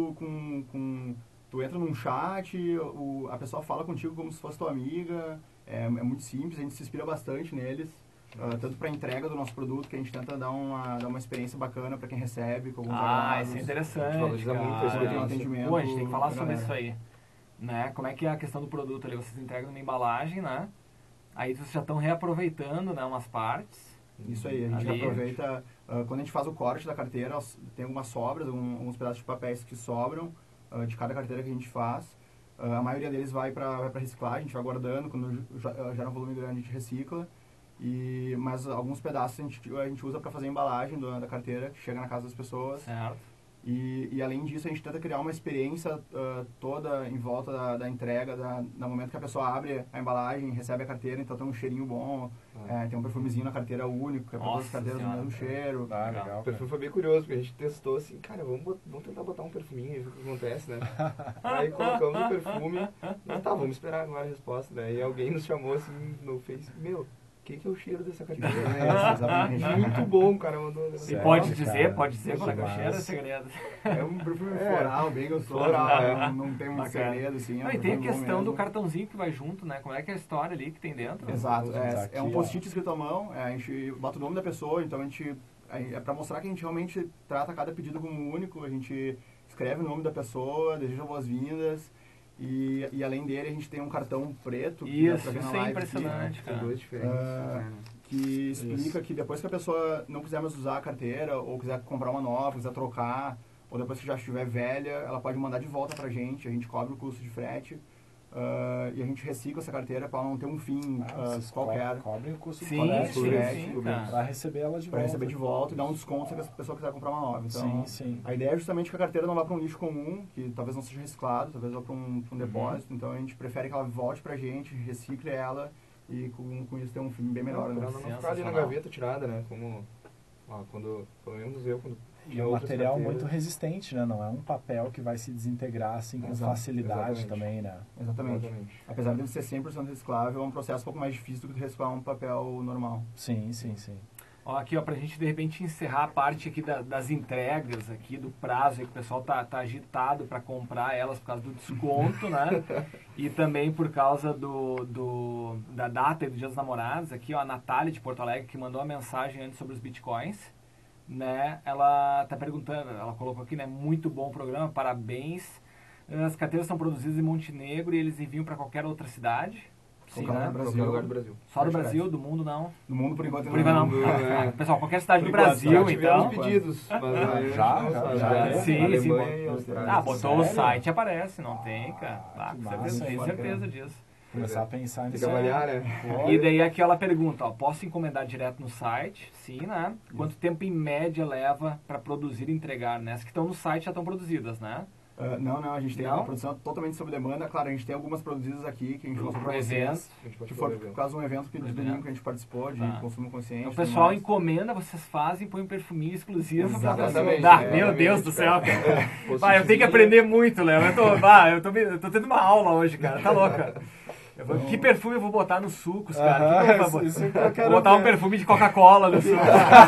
tu entra num chat, a pessoa fala contigo como se fosse tua amiga, é muito simples, a gente se inspira bastante neles. tanto para entrega do nosso produto, que a gente tenta dar uma experiência bacana para quem recebe, com alguns Isso agradados. é interessante, A gente valoriza muito a cara. experiência. Um atendimento Pô, a gente tem que falar pra sobre galera. isso aí. Né? Como é que é a questão do produto ali? Vocês entregam numa embalagem, né? Aí vocês já estão reaproveitando, né, umas partes. Isso aí, a gente Ali. aproveita, quando a gente faz o corte da carteira, tem algumas sobras, alguns pedaços de papéis que sobram de cada carteira que a gente faz. A maioria deles vai para reciclagem, a gente vai guardando, quando gera um volume grande a gente recicla. Mas alguns pedaços a gente usa para fazer a embalagem da carteira, que chega na casa das pessoas. Certo. E além disso, a gente tenta criar uma experiência toda em volta da entrega, no momento que a pessoa abre a embalagem, recebe a carteira, então tem um cheirinho bom, tem um perfumezinho na carteira único, que é para todas as Nossa carteiras do Senhora, mesmo cara. cheiro. Ah, Legal. legal. O perfume foi bem curioso, porque a gente testou assim, cara, vamos tentar botar um perfuminho e ver o que acontece, né? Aí colocamos o perfume, vamos esperar agora a resposta, né? E alguém nos chamou assim no Face, meu, o que é o cheiro dessa carteira? Exatamente. Muito bom, cara, mandou. E Sério, pode cara? dizer qual é que é o Mas- cheiro, é segredo. É um perfume floral, bem gostoso. Floral, não tem muito Bacana. segredo, assim. Não, um e tem a perfume bom questão do mesmo. cartãozinho que vai junto, né? Como é que é a história ali que tem dentro? Exato, Vamos usar é um aqui, post-it escrito à mão, a gente bota o nome da pessoa, então é para mostrar que a gente realmente trata cada pedido como único, a gente escreve o nome da pessoa, deseja boas-vindas, e além dele a gente tem um cartão preto, que dá Isso, pra ver na isso é live impressionante, Tem cara. dois diferentes. né? que explica que depois que a pessoa não quiser mais usar a carteira, ou quiser comprar uma nova, quiser trocar, ou depois que já estiver velha, ela pode mandar de volta pra gente, a gente cobre o custo de frete, e a gente recicla essa carteira para ela não ter um fim Vocês qualquer. cobrem o custo Sim, correto, sim, né? sim, Para cara. receber ela de Para volta. receber de volta e dar um desconto se a pessoa quiser comprar uma nova. Então, Sim, sim. a ideia é justamente que a carteira não vá para um lixo comum, que talvez não seja reciclado, talvez vá para um depósito. Então a gente prefere que ela volte para a gente, recicle ela e com isso ter um fim bem melhor. Pra Né? ela não ficar ali na Sensacional. gaveta tirada, né? Como, quando, pelo menos eu, quando E tinha é um outras material carteiras. muito resistente, né? Não é um papel que vai se desintegrar assim com Exato, facilidade exatamente. também, né? Exatamente. Apesar de ele ser 100% reciclável, é um processo um pouco mais difícil do que reciclar um papel normal. Sim, sim, sim. Ó, aqui, ó, pra gente de repente encerrar a parte aqui das entregas aqui, do prazo aí que o pessoal tá agitado para comprar elas por causa do desconto, né? E também por causa da data e do Dia dos Namorados. Aqui, ó, a Natália de Porto Alegre, que mandou uma mensagem antes sobre os bitcoins, né? Ela tá perguntando, ela colocou aqui, né? Muito bom o programa, parabéns. As carteiras são produzidas em Montenegro e eles enviam para qualquer outra cidade. Sim, Qualquer né? lugar do Qualquer lugar do Brasil. Só do Brasil, do mundo não. No mundo, por enquanto, Por enquanto não. mundo, é. Pessoal, qualquer cidade do Por enquanto, Brasil, Já tivemos então. pedidos, mas aí a gente Já? não sabe. Já é? Sim, Alemanha sim, e Austrália. Ah, botou o Sério? site, aparece, não tem, cara. Ah, que com massa, certeza, tenho hein? certeza disso. Começar a pensar Tem que nisso. avaliar, né? E daí aqui ela pergunta, ó, posso encomendar direto no site? Sim, né? Quanto tempo em média leva para produzir e entregar, né? As que estão no site já estão produzidas, né? Não, a gente tem Não? uma produção totalmente sob demanda. Claro, a gente tem algumas produzidas aqui que a gente mostrou Pro para evento. vocês. A gente pode Que fazer foi evento. por causa de um evento de Evento. domingo que a gente participou, de Tá. consumo consciente. Então, o tudo pessoal mais. encomenda, vocês fazem, põem um perfuminho exclusivo pra Exatamente, dar. é, Meu Deus do céu, exatamente, cara. cara. Vai, eu tenho que aprender muito, Léo. Eu tô tendo uma aula hoje, cara. Tá louco, cara. Que perfume eu vou botar nos sucos, cara? Que que eu vou isso que eu quero vou botar um ver. perfume de Coca-Cola no suco.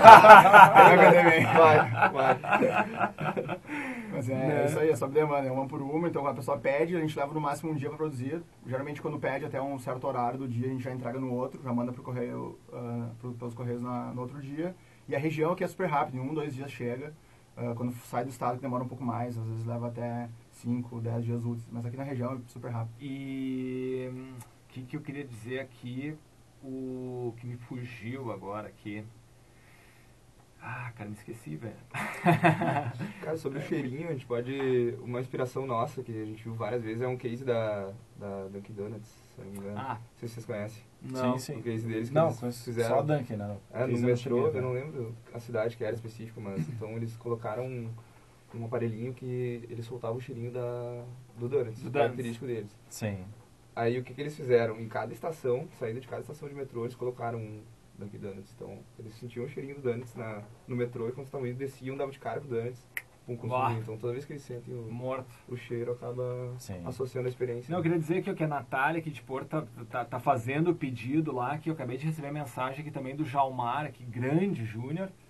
Vai. Mas é isso aí, é sob demanda, é uma por uma. Então a pessoa pede, a gente leva no máximo um dia para produzir. Geralmente quando pede até um certo horário do dia, a gente já entrega no outro, já manda pro correio, pelos correios no outro dia. E a região aqui é super rápido, em 1-2 dias chega. Quando sai do estado que demora um pouco mais, às vezes leva até 5-10 dias úteis. Mas aqui na região é super rápido. E o que eu queria dizer aqui, o que me fugiu agora aqui. Ah, cara, me esqueci, velho. Cara, sobre o cheirinho, a gente pode... Uma inspiração nossa, que a gente viu várias vezes, é um case da Dunkin' Donuts, se não me engano. Ah, Não sei se vocês conhecem. não. Sim, O sim. case deles que Não, eles conheço fizeram. só Dunkin', né? É, no Eles não metrô, cheguei a ver. eu não lembro a cidade que era específica, mas então eles colocaram um aparelhinho que ele soltava o cheirinho do Donuts, Do característico deles. Sim. Aí o que eles fizeram? Em cada estação, saída de cada estação de metrô, eles colocaram um Dunkin' Donuts. Então eles sentiam o cheirinho do Donuts no metrô e quando estavam indo, desciam, davam de cara com o Donuts. Bah. Então toda vez que eles sentem Morto. o cheiro, acaba Sim. associando a experiência. Não, eu queria dizer que a Natália aqui de Porto tá fazendo o pedido lá, que eu acabei de receber a mensagem aqui também do Jalmar, aqui, grande Júnior,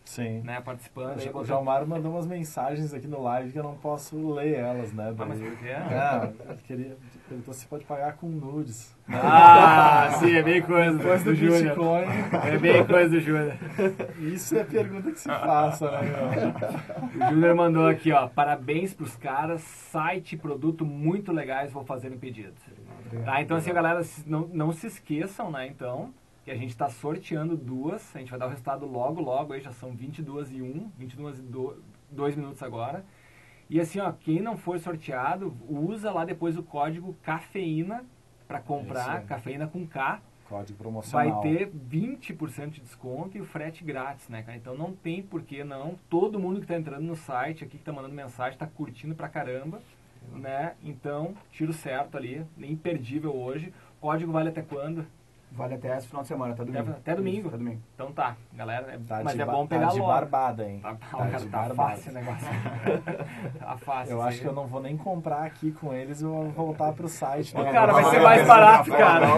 Sim. né, participando. Aí, O Jalmar mandou umas mensagens aqui no live que eu não posso ler elas, né? mas por quê? Ele perguntou se pode pagar com nudes. Sim, é bem coisa do Júnior. Bitcoin. É bem coisa do Júnior. Isso é a pergunta que se faça, né, meu? O Júnior mandou aqui, ó, parabéns pros caras, site e produto muito legais, vou fazer no pedido. Tá, então assim, galera, não se esqueçam, né, então, que a gente está sorteando 2, a gente vai dar o resultado logo, aí já são 22:01, 2 minutos agora. E assim, ó, quem não for sorteado, usa lá depois o código CAFEÍNA para comprar, cafeína com K. Código promocional. Vai ter 20% de desconto e o frete grátis, né, cara? Então não tem por que não. Todo mundo que tá entrando no site aqui, que tá mandando mensagem, tá curtindo pra caramba, né? Então, tiro certo ali, imperdível hoje. Código vale até quando? Vale até esse final de semana, até domingo. Até domingo? Isso, até domingo. Então tá, galera. Tá mas de é bom pegar de logo. barbada, hein? Tá fácil o negócio. Tá fácil. Eu acho que eu não vou nem comprar aqui com eles, eu vou voltar pro site. Né? Cara, vai ser mais barato, cara.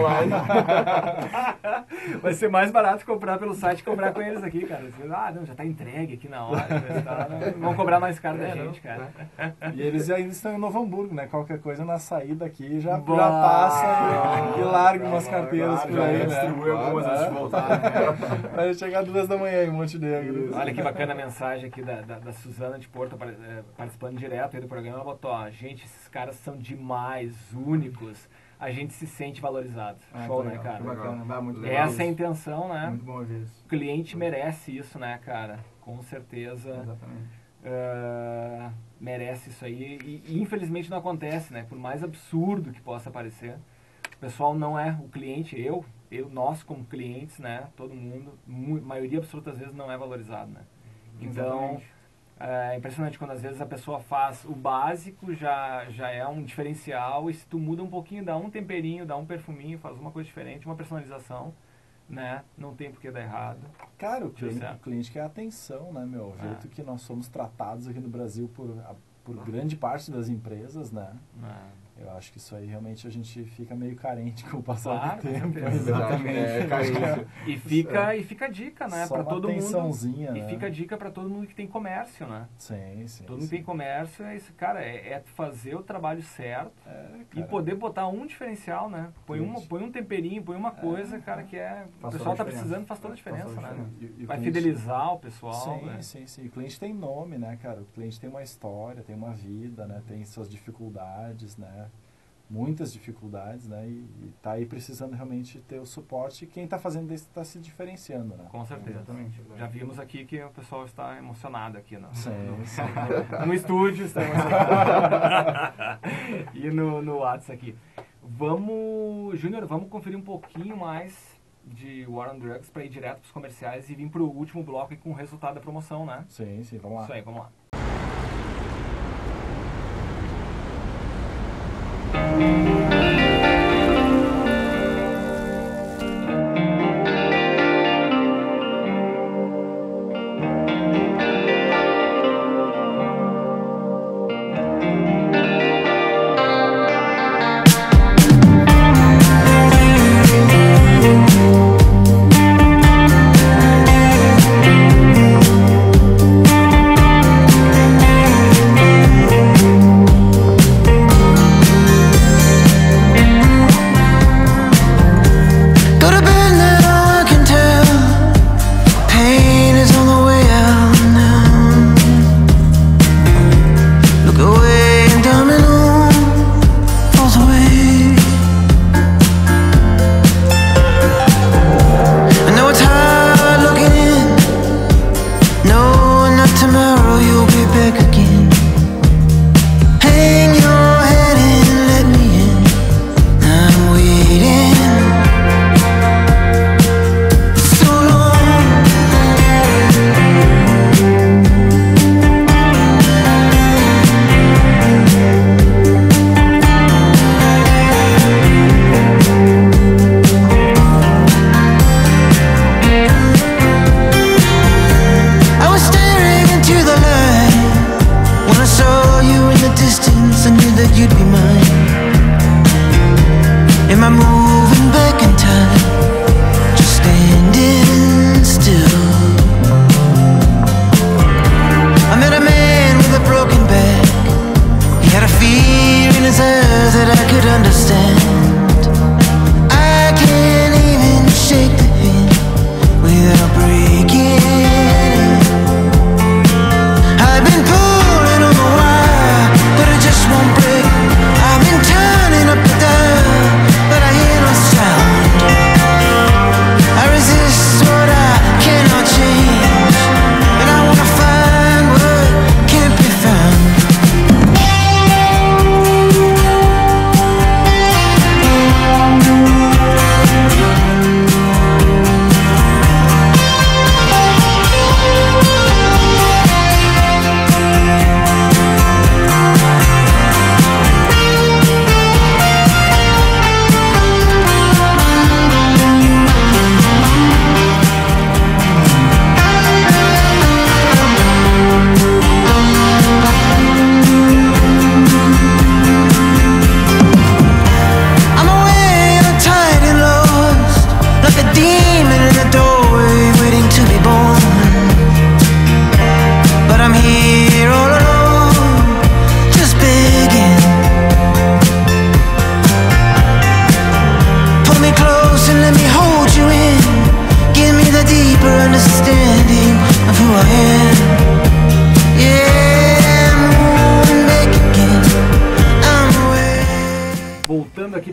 Vai ser mais barato comprar pelo site que comprar com eles aqui, cara. Não, já tá entregue aqui na hora. Vão cobrar mais caro da gente, cara. E eles ainda estão em Novo Hamburgo, né? Qualquer coisa na saída aqui já passa e larga umas carteiras por aí, né? Distribui algumas antes de voltar. Vai chegar 2 da manhã em Montenegro. Olha que bacana a mensagem aqui da Suzana de Porto, participando direto aí do programa. Ela botou, ó, gente, esses caras são demais, únicos. A gente se sente valorizado. Show, né, cara? Bacana. Muito legal. Essa é a intenção, né? Muito bom ver isso. O cliente merece isso, né, cara? Com certeza. Exatamente. Merece isso aí. E infelizmente não acontece, né? Por mais absurdo que possa parecer. O pessoal não é o cliente, nós como clientes, né? Todo mundo, maioria absoluta das vezes não é valorizado, né? Então, é impressionante quando às vezes a pessoa faz o básico, já é um diferencial, e se tu muda um pouquinho, dá um temperinho, dá um perfuminho, faz uma coisa diferente, uma personalização, né? Não tem por que dar errado. Cara, o cliente quer atenção, né, meu? O jeito que nós somos tratados aqui no Brasil por grande parte das empresas, né? Eu acho que isso aí realmente a gente fica meio carente com o passar do tempo. Exatamente. E fica a dica, né, para todo mundo. Né? E fica a dica para todo mundo que tem comércio, né? Sim. Todo mundo que tem comércio, cara, é fazer o trabalho certo e poder botar um diferencial, né? Põe um temperinho, põe uma coisa, cara, que o pessoal tá precisando, faz toda a diferença, né? Vai fidelizar o pessoal. Sim. O cliente tem nome, né, cara? O cliente tem uma história, tem uma vida, né? Tem suas dificuldades, né? Muitas dificuldades, né? E tá aí precisando realmente ter o suporte. E quem tá fazendo isso tá se diferenciando, né? Com certeza. Exatamente. Já vimos aqui que o pessoal está emocionado aqui no estúdio, está emocionado. E no WhatsApp aqui. Júnior, vamos conferir um pouquinho mais de War on Drugs para ir direto para os comerciais e vir para o último bloco com o resultado da promoção, né? Sim, vamos lá. Isso aí, vamos lá.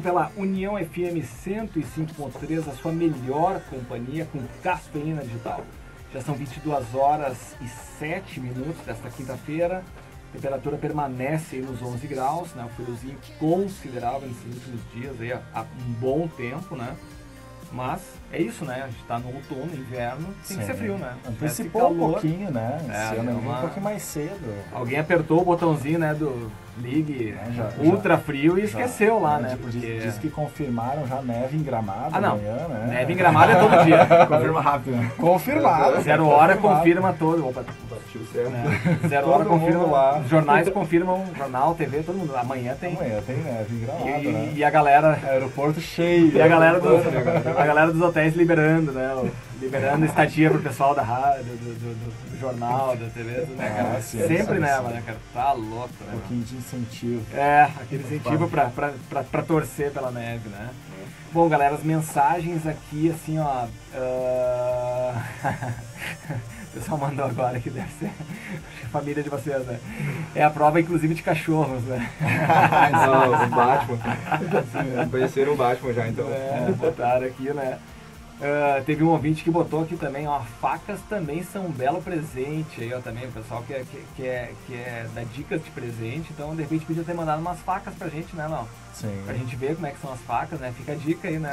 pela União FM 105.3, a sua melhor companhia com Cafeína Digital. Já são 22 horas e 7 minutos desta quinta-feira. A temperatura permanece aí nos 11 graus, né? Um friozinho considerável nesses últimos dias, aí, há um bom tempo, né? Mas é isso, né? A gente tá no outono, inverno, tem que ser frio, né? Antecipou um pouquinho, né? É, um pouquinho mais cedo. Alguém apertou o botãozinho, né, do ligue ultra frio e esqueceu lá, né? Porque diz que confirmaram já neve em Gramado amanhã, né? Neve em Gramado é todo dia. Confirma rápido, né? Confirmado. 0 hora confirma todo. Opa, certo. 0 hora confirma lá. Os jornais confirmam, jornal, TV, todo mundo. Amanhã tem neve em Gramado, né? E a galera... Aeroporto cheio. E a galera dos hotéis liberando, né? Liberando estadia pro pessoal da rádio, do jornal, da TV, tudo, né, cara? Sempre neva, né, cara? Tá louco, né? Um pouquinho de incentivo. Aquele incentivo pra torcer pela neve, né? Bom, galera, as mensagens aqui, assim, ó... O pessoal mandou agora que deve ser a família de vocês, né? É a prova, inclusive, de cachorros, né? Não, o Batman. Conheceram o Batman já, então. Botaram aqui, né? Teve um ouvinte que botou aqui também, ó, facas também são um belo presente aí, ó, também, o pessoal que dá dicas de presente, então de repente podia ter mandado umas facas pra gente, né, não? Sim. Pra gente ver como é que são as facas, né? Fica a dica aí, né?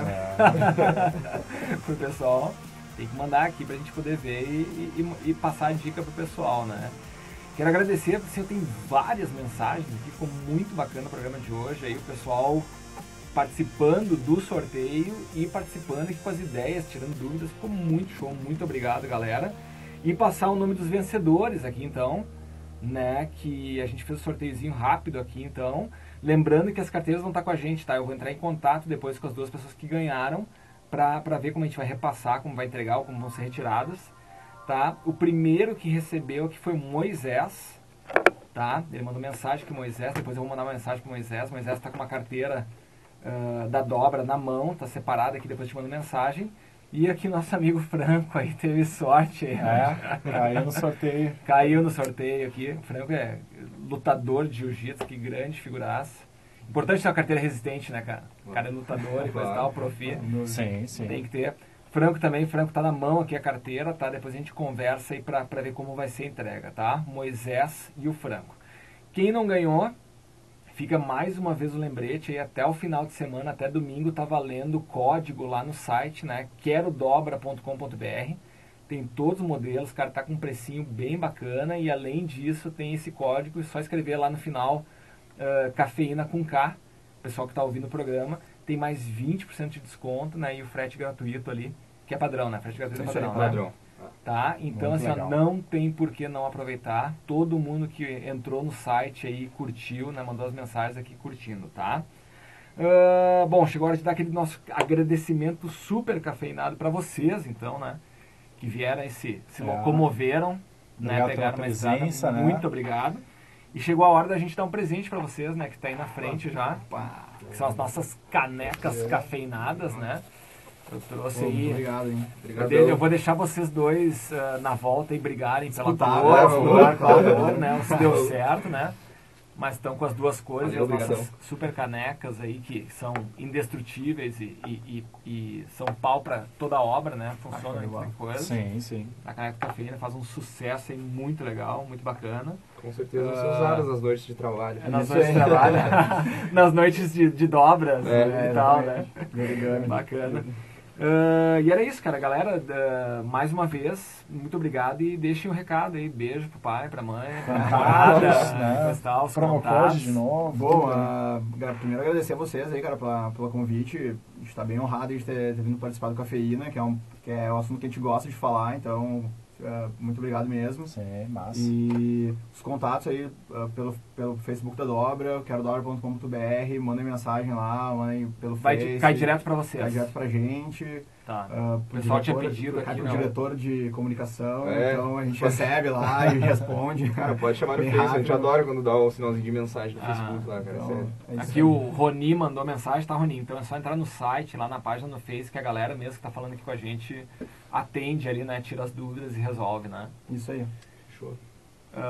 Pro pessoal, tem que mandar aqui pra gente poder ver e passar a dica pro pessoal, né? Quero agradecer, porque eu tenho várias mensagens aqui, ficou muito bacana o programa de hoje, aí o pessoal participando do sorteio e participando aqui com as ideias, tirando dúvidas, ficou muito show, muito obrigado, galera. E passar o nome dos vencedores aqui, então, né, que a gente fez o sorteiozinho rápido aqui, então, lembrando que as carteiras vão estar com a gente, tá? Eu vou entrar em contato depois com as duas pessoas que ganharam, pra ver como a gente vai repassar, como vai entregar ou como vão ser retiradas, tá? O primeiro que recebeu aqui foi o Moisés, tá? Ele mandou mensagem pro Moisés, depois eu vou mandar uma mensagem pro Moisés. O Moisés tá com uma carteira da dobra na mão, tá separada aqui, depois te mando mensagem. E aqui nosso amigo Franco aí teve sorte. Caiu no sorteio. Caiu no sorteio aqui. O Franco é lutador de jiu-jitsu, que grande figuraça. Importante ter uma carteira resistente, né, cara? O cara é lutador e coisa e tal, profi. Sim. Tem que ter. Franco também, Franco tá na mão aqui a carteira, tá? Depois a gente conversa aí pra ver como vai ser a entrega, tá? Moisés e o Franco. Quem não ganhou, fica mais uma vez o lembrete aí, até o final de semana, até domingo, tá valendo o código lá no site, né? querodobra.com.br. Tem todos os modelos, cara, tá com um precinho bem bacana e além disso tem esse código, é só escrever lá no final, cafeína com K, o pessoal que tá ouvindo o programa, tem mais 20% de desconto, né? E o frete gratuito ali, que é padrão, né? Frete gratuito é padrão, né? Padrão. Tá? Então, muito assim, ó, legal. não tem por que não aproveitar. Todo mundo que entrou no site aí curtiu, né? Mandou as mensagens aqui curtindo, tá? Bom, chegou a hora de dar aquele nosso agradecimento super cafeinado para vocês, então, né? Que vieram e se locomoveram, né? Obrigado Pegaram pela uma estrada. presença, né? Muito obrigado. E chegou a hora da gente dar um presente para vocês, né? Que tá aí na frente já. Que são as nossas canecas cafeinadas, né? Eu trouxe aí. Obrigado, hein? Eu vou deixar vocês dois na volta e brigarem pela Disputar, cor, né? Se deu certo, né? Mas estão com as duas cores, Valeu, as nossas obrigadão. super canecas aí que são indestrutíveis e são pau para toda a obra, né? Funciona em qualquer coisa. Sim. A caneca cafeína faz um sucesso aí muito legal, muito bacana. Com certeza vão ser usadas nas noites de trabalho. Nas noites de trabalho, nas noites de dobras e tal, né? Bacana. E era isso, cara. Galera, mais uma vez, muito obrigado e deixem um recado aí. Beijo pro pai, pra mãe, pra namorada, né? tal, os Promocode contatos. de novo. Bom, primeiro agradecer a vocês aí, cara, pelo convite. A gente tá bem honrado de ter vindo participar do Cafeína, que é um assunto que a gente gosta de falar, então muito obrigado mesmo. Sim, massa. E os contatos aí pelo Facebook da Dobra, querodobra.com.br, mandem mensagem lá, mandem pelo Face. Cai direto pra vocês. Cai direto pra gente. Tá. O pessoal tinha pedido aqui, o né? diretor de comunicação, É. então a gente recebe lá e responde. Cara, pode chamar no Bem Face, a gente rápido. adora quando dá um sinalzinho de mensagem no Facebook lá, cara, Então, sério. é isso Aqui aí. o Roni mandou mensagem, tá, Roni? Então é só entrar no site, lá na página no Face, que a galera mesmo que tá falando aqui com a gente atende ali, né? Tira as dúvidas e resolve, né? Isso aí. Show.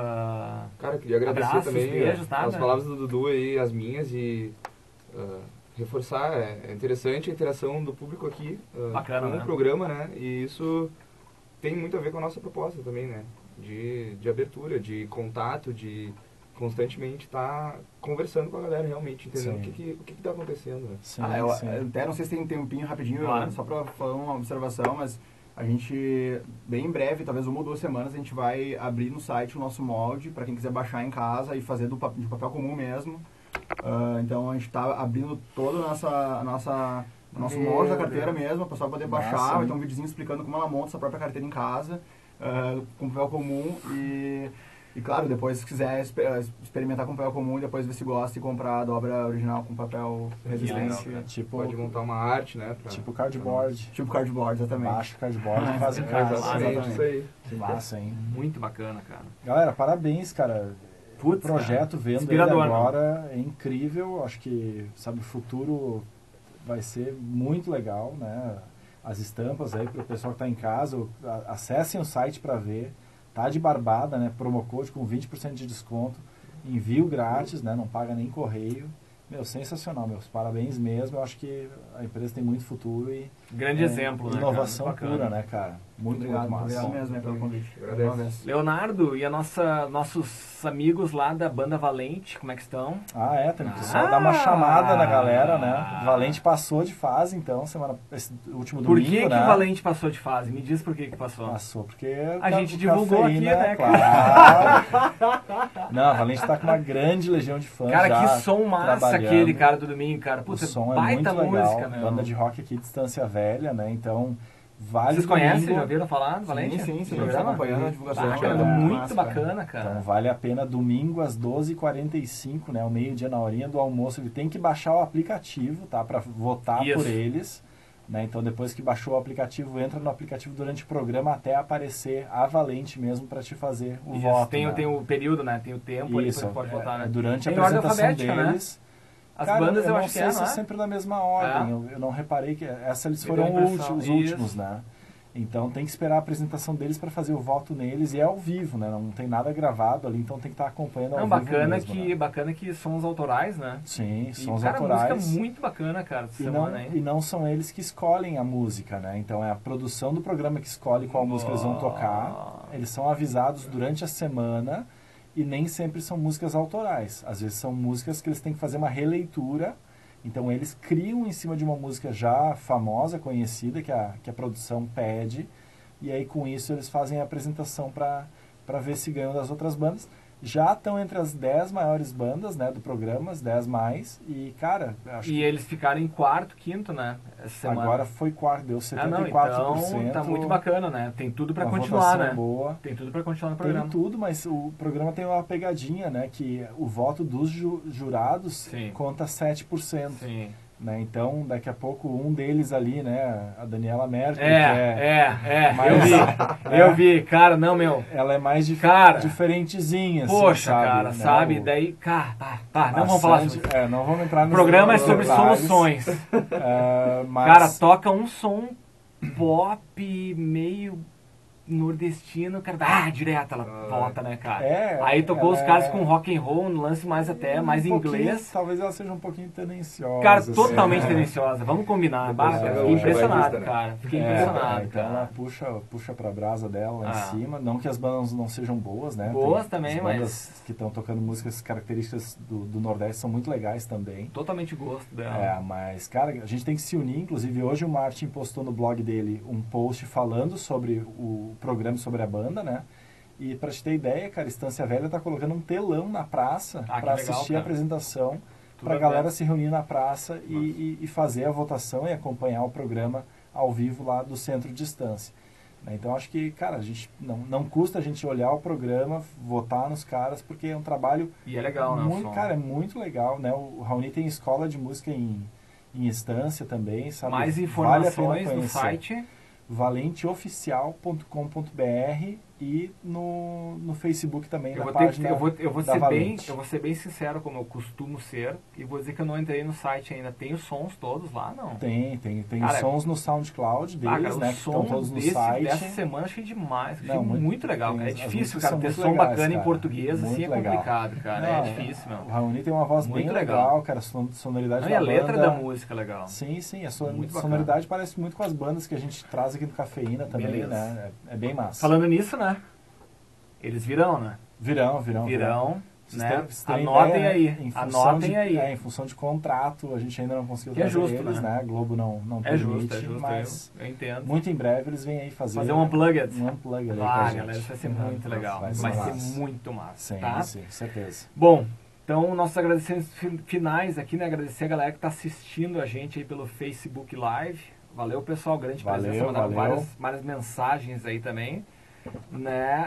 Ah, Cara, eu queria agradecer Abraços, também beijos, as nada. palavras do Dudu aí, as minhas, e reforçar, é interessante a interação do público aqui Bacana, com né? o programa, né? E isso tem muito a ver com a nossa proposta também, né? De abertura, de contato, de constantemente estar conversando com a galera, realmente, entendendo o que tá acontecendo, né? Sim, eu sim. até não sei se tem um tempinho rapidinho, Claro. só para falar uma observação, mas a gente, bem em breve, talvez 1 ou 2 semanas, a gente vai abrir no site o nosso molde, para quem quiser baixar em casa e fazer de papel comum mesmo. Então a gente está abrindo todo o nosso molde da carteira mesmo, o pessoal poder baixar, Massa, vai ter um videozinho explicando como ela monta sua própria carteira em casa, com papel comum e claro, depois se quiser experimentar com papel comum e depois ver se gosta e comprar a dobra original com papel resistente. Legal, Tipo, pode montar uma arte, né? tipo cardboard. Tipo cardboard, exatamente. Baixa o cardboard e faz em casa. Exatamente, isso aí. Que massa, hein? Muito bacana, cara. Galera, parabéns, cara. Putz, O projeto vendo ele inspirador, agora é incrível. Acho que, sabe, o futuro vai ser muito legal, né? As estampas aí para o pessoal que está em casa, acessem o site para ver. Tá de barbada, né? Promo code com 20% de desconto. Envio grátis, né? Não paga nem correio. Meu, sensacional, meus parabéns mesmo. Eu acho que a empresa tem muito futuro e Grande exemplo, né, cara? inovação Muito pura, bacana. né, cara? Muito Obrigado massa. mesmo pelo convite. Agradeço. Uma vez. Leonardo, e nossos amigos lá da Banda Valente, como é que estão? Ah, tem que só dar uma chamada na galera, né? Valente passou de fase, então, esse último Por domingo, que né? o Valente passou de fase? Me diz por que passou. Passou, porque... A gente divulgou aqui, né, claro. Não, a Valente tá com uma grande legião de fãs Cara, já que som massa trabalhando. aquele cara do domingo, cara. O Puta, som é baita muito legal. música, meu. Banda de rock aqui de Estância Velha, né? Então, vale Vocês conhecem? domingo. Já ouviram falar do Valente? Sim, Do a gente tá programa? acompanhando a divulgação. Bacana, É, muito massa, bacana, cara. Então vale a pena domingo às 12h45, né? Ao meio-dia, na horinha do almoço. Ele tem que baixar o aplicativo, tá? Para votar Isso. por eles. Né? Então depois que baixou o aplicativo, entra no aplicativo durante o programa até aparecer a Valente mesmo para te fazer o Isso, voto. tem, né? tem o período, né? Tem o tempo ali, Isso, depois pode votar, né? durante a Tem ordem apresentação alfabética, deles. né? As Cara, bandas eu não acho que sei é, se não é? sempre na mesma ordem. É. Eu não reparei que essa eles Me foram deu a impressão. os últimos, né? Então tem que esperar a apresentação deles para fazer o voto neles e é ao vivo, né? Não tem nada gravado ali, então tem que estar acompanhando ao Não, vivo bacana mesmo, que, né? bacana que sons autorais, né? Sim, E, sons cara, autorais. música muito bacana, cara, essa E não, semana, e hein? não são eles que escolhem a música, né? Então é a produção do programa que escolhe qual música eles vão tocar. Eles são avisados durante a semana e nem sempre são músicas autorais. Às vezes são músicas que eles têm que fazer uma releitura. Então eles criam em cima de uma música já famosa, conhecida, que a produção pede. E aí com isso eles fazem a apresentação para ver se ganham das outras bandas. Já estão entre as 10 maiores bandas, né, do programa, as 10 mais. E, cara, acho E que eles ficaram em quarto, quinto, né? Essa semana. agora foi quarto, deu 74%. Então tá muito bacana, né? Tem tudo pra uma continuar, votação né? boa. Tem tudo pra continuar no Tem programa. tudo, mas o programa tem uma pegadinha, né? Que o voto dos jurados Sim. conta 7%. Sim. Né? Então, daqui a pouco, um deles ali, né? A Daniela Merkel, que Mas, Mas- eu vi, cara, não, meu. ela é mais Cara, diferentezinha, assim, Poxa, sabe? cara, Né? sabe? O- Daí, cara, tá, a não vamos falar Sandy- sobre. não vamos entrar O nos programa é sobre detalhes. soluções. Mas, Cara, toca um som pop meio nordestino, cara, direto ela volta, né, cara? Aí tocou os ela caras é com rock and roll, um lance mais até, mais pouquinho- inglês. Talvez ela seja um pouquinho tendenciosa. Cara, assim, totalmente né? tendenciosa. Vamos combinar. Depois Bah, você fiquei vai impressionado, baixista, né? cara. Fiquei É, impressionado, então ela cara. puxa pra brasa dela lá Ah. em cima. Não que as bandas não sejam boas, né? Boas Tem também, as bandas mas- que estão tocando músicas características do Nordeste são muito legais também. Totalmente gosto dela. Mas, cara, a gente tem que se unir. Inclusive, hoje o Martin postou no blog dele um post falando sobre o programa, sobre a banda, né? E pra te ter ideia, cara, Estância Velha tá colocando um telão na praça Ah, que pra legal, assistir a cara. apresentação, Tudo pra a galera ver. se reunir na praça e fazer a votação e acompanhar o programa ao vivo lá do Centro de Estância. Né? Então, acho que, cara, a gente não custa a gente olhar o programa, votar nos caras, porque é um trabalho E é legal, né? o muito, som. cara, é muito legal, né? O Raoni tem escola de música em Estância também, sabe? Mais Vale a informações pena no conhecer. site. valenteoficial.com.br e no Facebook também, Eu na vou, página eu vou da ser Valente. eu vou ser bem sincero, como eu costumo ser, e vou dizer que eu não entrei no site ainda. Tem os sons todos lá, não? Tem Cara, os sons no SoundCloud deles, cara, né? o Que estão som todos no site. dessa semana achei demais. Achei Não, muito legal, tem- cara. É as difícil, músicas cara. são Ter muito som legais, bacana em cara. português, assim, Muito é legal. complicado, cara. Não, É difícil, meu. O Raoni tem uma voz Muito bem legal. legal, cara. A sonoridade Não, e da a letra banda. da música é legal. Sim, sim. Muito bacana. Sonoridade parece muito com as bandas que a gente traz aqui no Cafeína também, Beleza. né? É bem massa. Falando nisso, né? Eles virão, né? Virão, Vocês né? Anotem Ideia, aí. Em função Anotem aí. em função de contrato, a gente ainda não conseguiu Que é trazer justo, eles, né? A Globo não É permite, justo, mas eu entendo. muito em breve eles vêm aí fazer Um unplugged. um unplug ali com a Ah, gente. galera, isso vai ser muito legal. Vai Vai ser ser massa. muito massa, Sim, tá? sim, certeza. Bom, então nossos agradecimentos finais aqui, né? Agradecer a galera que está assistindo a gente aí pelo Facebook Live. Valeu, pessoal, grande presença. Mandaram várias mensagens aí também, né?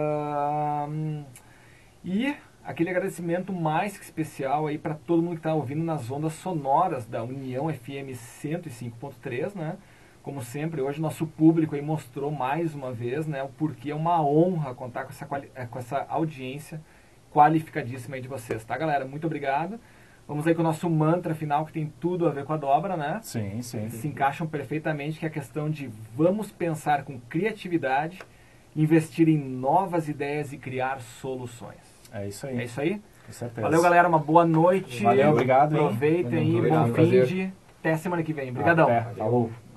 E aquele agradecimento mais que especial aí para todo mundo que está ouvindo nas ondas sonoras da União FM 105.3, né? Como sempre, hoje nosso público aí mostrou mais uma vez, né, o porquê é uma honra contar com essa audiência qualificadíssima aí de vocês, tá, galera? Muito obrigado. Vamos aí com o nosso mantra final, que tem tudo a ver com a dobra, né? Sim, sim. Se encaixam perfeitamente, que é a questão de vamos pensar com criatividade, investir em novas ideias e criar soluções. É isso aí. É isso aí? Com certeza. Valeu, galera. Uma boa noite. Valeu, obrigado, hein? Aproveitem aí. Obrigado, Bom fim prazer. de... Até semana que vem. Obrigadão. Até. Falou.